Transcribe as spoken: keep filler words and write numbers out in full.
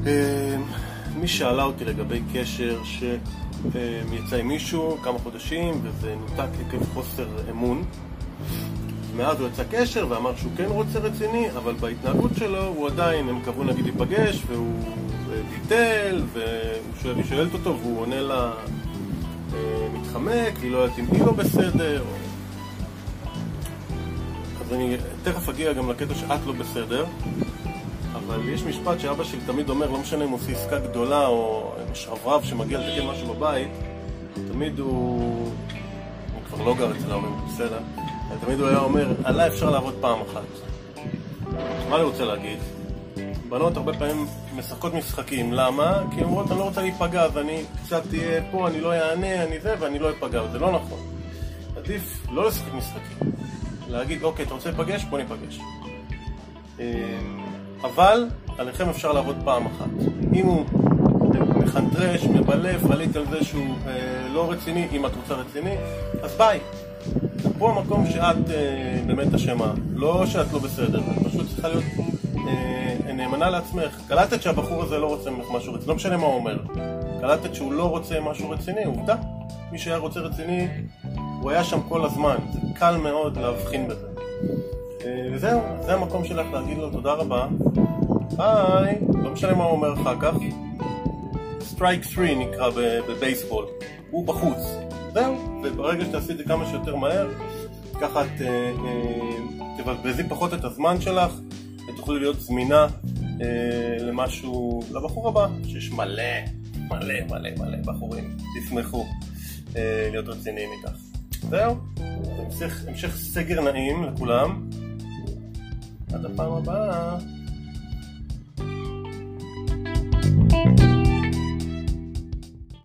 מי שאלה אותי לגבי קשר שיצא עם מישהו כמה חודשים וזה נותק עקב חוסר אמון. מאז הוא יצא קשר ואמר שהוא כן רוצה רציני, אבל בהתנהגות שלו הוא עדיין, הם קבעו נגיד להיפגש והוא ביטל, והיא שואלת אותו והוא עונה לה מתחמק, היא לא יודעת אם היא לא בסדר. אז אני תכף אגיע גם לקטע שאת לא בסדר, אבל יש משפט שאבא שלי תמיד אומר, לא משנה אם הוא עושה עסקה גדולה או שרברב שמגיע לתקן משהו בבית, תמיד הוא, הוא כבר לא גר אצל ההורים, בסדר? תמיד הוא היה אומר, עליי אפשר לעבוד פעם אחת. מה אני רוצה להגיד? בנות הרבה פעמים משחקות משחקים, למה? כי הן אומרות, אני לא רוצה להיפגע, אז אני קצת תהיה פה, אני לא יענה, אני זה, ואני לא אפגע, וזה לא נכון. עדיף לא לשחק משחקים. להגיד, אוקיי, אתה רוצה להיפגש? בוא ניפגש. אבל עליכם אפשר לעבוד פעם אחת. אם הוא מחנטרש, מבלף, עלית על זה שהוא אה, לא רציני, אם את רוצה רציני, אז ביי. זה פה המקום שאת אה, באמת אשמה, לא שאת לא בסדר, את פשוט צריכה להיות אה, נאמנה לעצמך. קלטת שהבחור הזה לא רוצה משהו רציני, לא משנה מה הוא אומר. קלטת שהוא לא רוצה משהו רציני, עובדה. מי שהיה רוצה רציני, הוא היה שם כל הזמן. זה קל מאוד להבחין בזה. אה, וזהו, זה המקום שלך להגיד לו תודה רבה. ביי, לא משנה מה הוא אומר אחר כך. סטרייק שלוש נקרא בבייסבול, הוא בחוץ. זהו, וברגע שתעשי את זה כמה שיותר מהר, ככה את אה, אה, תבזבזי פחות את הזמן שלך, ותוכלי להיות זמינה אה, למשהו, לבחור הבא, שיש מלא, מלא, מלא, מלא בחורים, תשמחו אה, להיות רציניים איתך. זהו, המשך, המשך סגר נעים לכולם, עד הפעם הבאה.